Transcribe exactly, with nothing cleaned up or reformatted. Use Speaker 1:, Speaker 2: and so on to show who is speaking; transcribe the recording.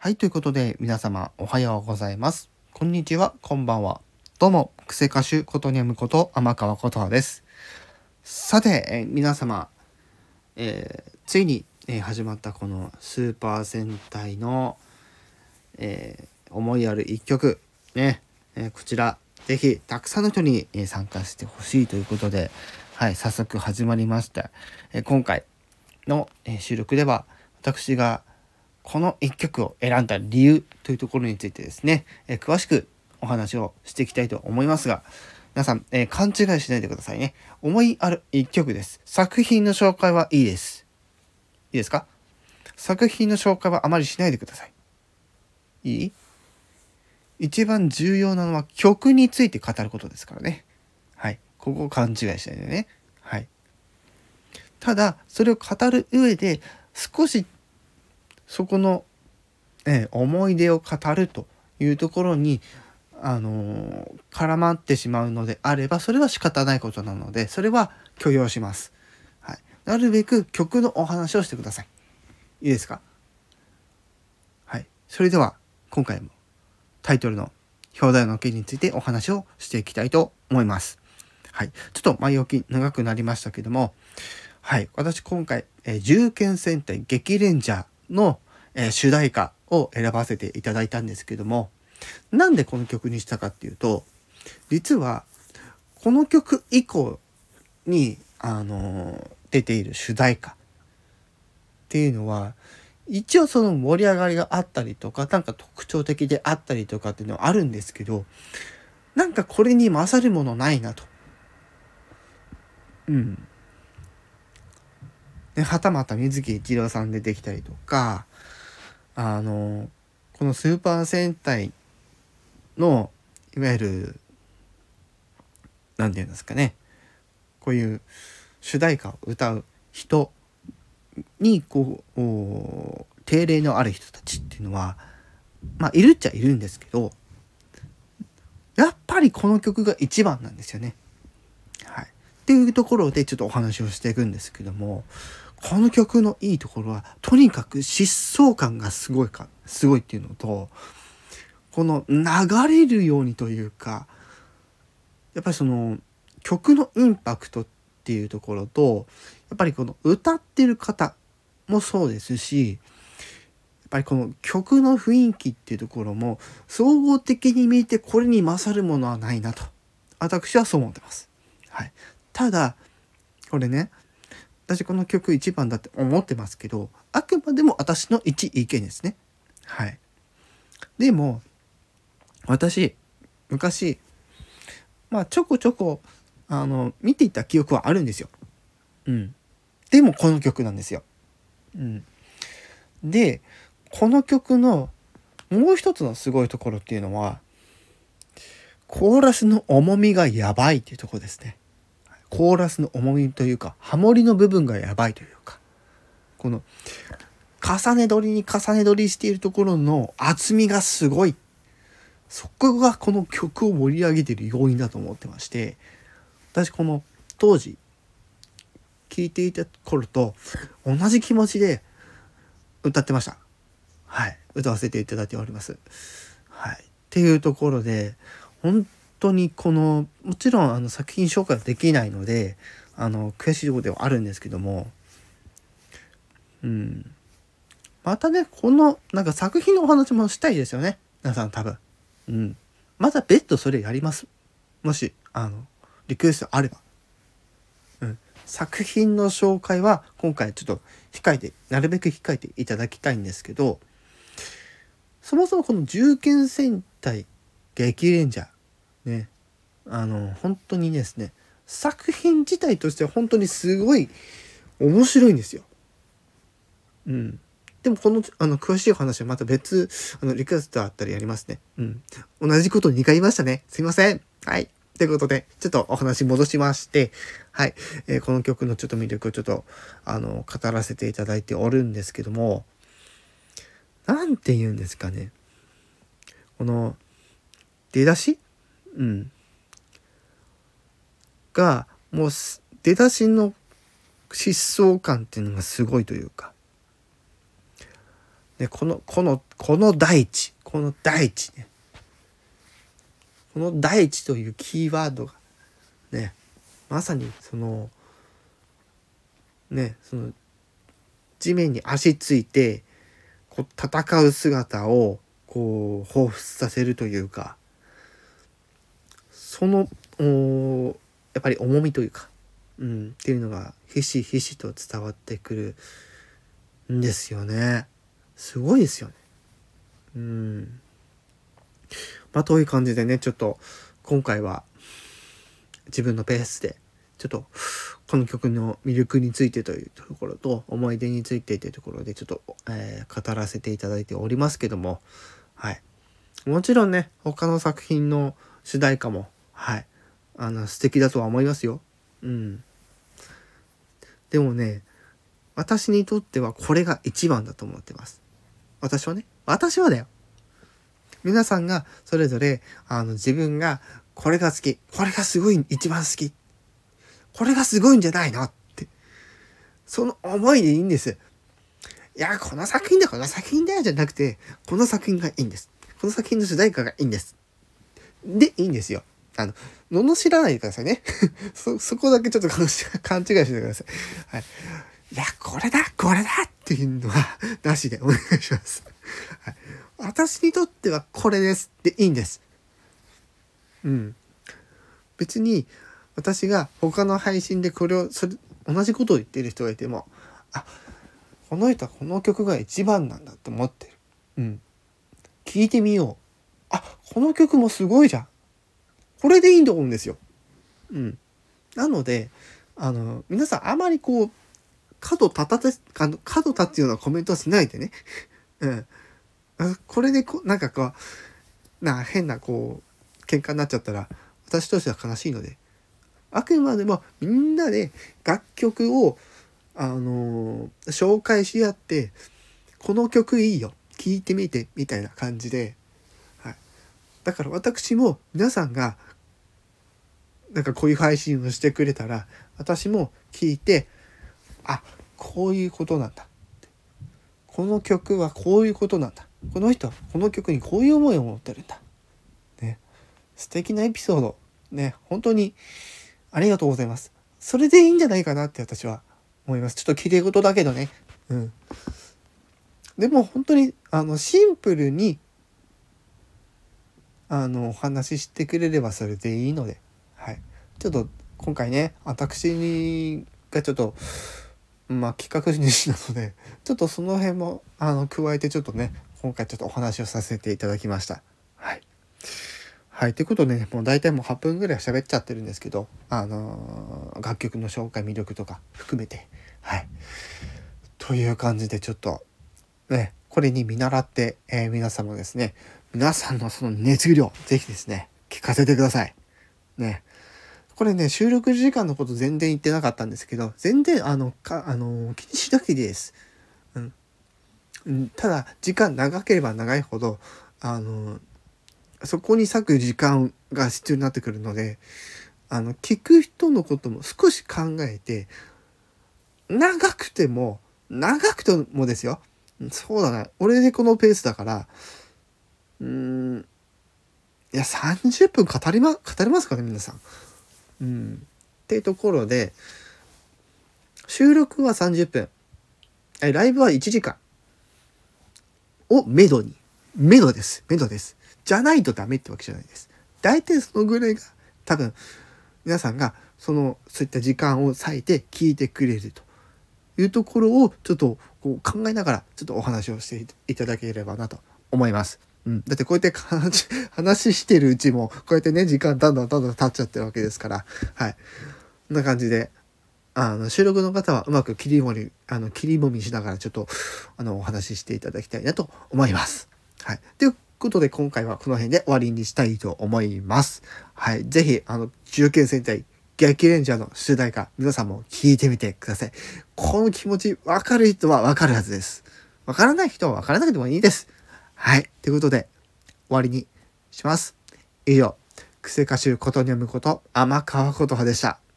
Speaker 1: はい、ということで皆様おはようございます。こんにちは、こんばんは。どうも、クセ歌手ことにゃむこと天川ことはです。さて、えー皆様、えーついに、えー始まったこのスーパー戦隊の、えー思いある一曲、ね、えーこちら、ぜひたくさんの人に、えー参加してほしいということで、はい、早速始まりました。えー今回の、えー収録では、私がこの一曲を選んだ理由というところについてですね、えー詳しくお話をしていきたいと思いますが、皆さん、えー勘違いしないでくださいね。思いある一曲です。作品の紹介はいいです。いいですか？作品の紹介はあまりしないでください。いい？一番重要なのは曲について語ることですからね。はい。ここを勘違いしないでね。はい。ただ、それを語る上で、少しそこの、えー思い出を語るというところに、あのー絡まってしまうのであれば、それは仕方ないことなので、それは許容します。はい。なるべく曲のお話をしてください。いいですか？はい。それでは、今回もタイトルの表題の件についてお話をしていきたいと思います。はい。ちょっと前置き長くなりましたけども、はい。私今回、えー、銃剣戦隊激レンジャーの、えー主題歌を選ばせていただいたんですけども、なんでこの曲にしたかっていうと、実はこの曲以降に、あのー出ている主題歌っていうのは、一応その盛り上がりがあったりとか、なんか特徴的であったりとかっていうのはあるんですけど、なんかこれに勝るものないなと。うん。で、はたまた水木一郎さん出てきたりとか、あの、このスーパー戦隊の、いわゆる、なんていうんですかね、こういう主題歌を歌う人に、こう、定例のある人たちっていうのは、まあ、いるっちゃいるんですけど、やっぱりこの曲が一番なんですよね。はい。っていうところでちょっとお話をしていくんですけども、この曲のいいところは、とにかく疾走感がすごいか、すごいっていうのと、この流れるようにというか、やっぱりその曲のインパクトっていうところと、やっぱりこの歌ってる方もそうですし、やっぱりこの曲の雰囲気っていうところも、総合的に見てこれに勝るものはないなと、私はそう思ってます。はい。ただ、これね、私この曲一番だって思ってますけど、あくまでも私の一意見ですね。はい。でも、私、昔、まあちょこちょこ、あの、見ていた記憶はあるんですよ。うん。でもこの曲なんですよ。うん。で、この曲のもう一つのすごいところっていうのは、コーラスの重みがやばいっていうところですね。コーラスの重みというか、ハモリの部分がやばいというか、この重ね取りに重ね取りしているところの厚みがすごい。そこがこの曲を盛り上げている要因だと思ってまして、私この当時聴いていた頃と同じ気持ちで歌ってました。はい。歌わせていただいております。はい。っていうところで、本当にこの、もちろんあの作品紹介できないので、あの、悔しいところではあるんですけども、うん。またね、この、なんか作品のお話もしたいですよね。皆さん多分。うん。また別途それやります。もし、あの、リクエストあれば。うん。作品の紹介は今回ちょっと控えて、なるべく控えていただきたいんですけど、そもそもこの銃剣戦隊激レンジャー、ね、あの、本当にですね、作品自体としては本当にすごい面白いんですよ。うん。でもこの、あの、詳しい話はまた別、あの、リクエストあったりやりますね。うん。同じことをにかい言いましたね。すいません。はい。ということで、ちょっとお話戻しまして、はい。えーこの曲のちょっと魅力をちょっと、あの、語らせていただいておるんですけども、なんて言うんですかね。この、出だしうん。が、もうす、出だしの疾走感っていうのがすごいというか、 ね、このこのこの大地この大地ねこの大地というキーワードがねまさにそのねその地面に足ついてこう戦う姿をこう彷彿させるというか、そのやっぱり重みというか、うん、っていうのがひしひしと伝わってくるんですよね。すごいですよね。うん。まあという感じでね、ちょっと今回は自分のペースでちょっとこの曲の魅力についてというところと思い出についてというところでちょっと、えー、語らせていただいておりますけども、はい、もちろんね他の作品の主題歌もはいあの素敵だとは思いますよ。うん。でもね私にとってはこれが一番だと思ってます。私はね私はだよ。皆さんがそれぞれあの自分がこれが好きこれがすごい一番好きこれがすごいんじゃないのってその思いでいいんです。いやこの作品だこの作品だよじゃなくてこの作品がいいんです。この作品の主題歌がいいんです。でいいんですよ。あの罵らないでくださいね。そそこだけちょっと勘違いしてください。はい。いやこれだこれだっていうのはなしでお願いします。はい。私にとってはこれですでいいんです。うん。別に私が他の配信でこれをそれ同じことを言ってる人がいても、あ、この人はこの曲が一番なんだって思ってる。うん。聞いてみよう。あ、この曲もすごいじゃん。これでいいと思うんですよ。うん。なので、あの皆さんあまりこう角立たて角立つようなコメントはしないでね。うん。これでこなんかこうな変なこう喧嘩になっちゃったら私としては悲しいので、あくまでもみんなで楽曲をあのー、紹介し合ってこの曲いいよ聴いてみてみたいな感じで、はい、だから私も皆さんがなんかこういう配信をしてくれたら私も聞いて、あ、こういうことなんだ、この曲はこういうことなんだ、この人はこの曲にこういう思いを持ってるんだ、ね、素敵なエピソードね、本当にありがとうございます。それでいいんじゃないかなって私は思います。ちょっと綺麗事だけどね。うん。でも本当にあのシンプルにあのお話ししてくれればそれでいいので、はい。ちょっと今回ね、私がちょっとまあ企画主なので、ちょっとその辺もあの加えてちょっとね、今回ちょっとお話をさせていただきました。はい。はい、ということでね、もう大体もうはっぷんぐらい喋っちゃってるんですけど、あのー、楽曲の紹介魅力とか含めて、はい。という感じでちょっと、ね、これに見習って、えー、皆さんもですね、皆さんのその熱量、ぜひですね、聞かせてください。ね。これね、収録時間のこと全然言ってなかったんですけど、全然、あの、か、あのー、気にしなくていいです。うん。ただ、時間長ければ長いほど、あのー、そこに割く時間が必要になってくるので、あの聞く人のことも少し考えて、長くても長くてもですよ、そうだな、俺でこのペースだから、うーん、いやさんじゅっぷん語りま語れますかね皆さん。うん。っていうところで、収録はさんじゅっぷん、えライブはいちじかんをめどに、めどですめどですじゃないとダメってわけじゃないです。大体そのぐらいが多分皆さんがそのそういった時間を割いて聞いてくれるというところをちょっとこう考えながらちょっとお話をしていただければなと思います。うん、だってこうやって話話してるうちもこうやってね時間どんどんどんどん経っちゃってるわけですから、はい、こんな感じであの収録の方はうまく切りもみあの切りもみしながらちょっとあのお話ししていただきたいなと思います。はい。ということで今回はこの辺で終わりにしたいと思います。はい。ぜひあの中堅戦隊激レンジャーの主題歌皆さんも聞いてみてください。この気持ち分かる人は分かるはずです。分からない人は分からなくてもいいです。はい。ということで終わりにします。以上、クセ歌手ことにゃむこと天川琴葉でした。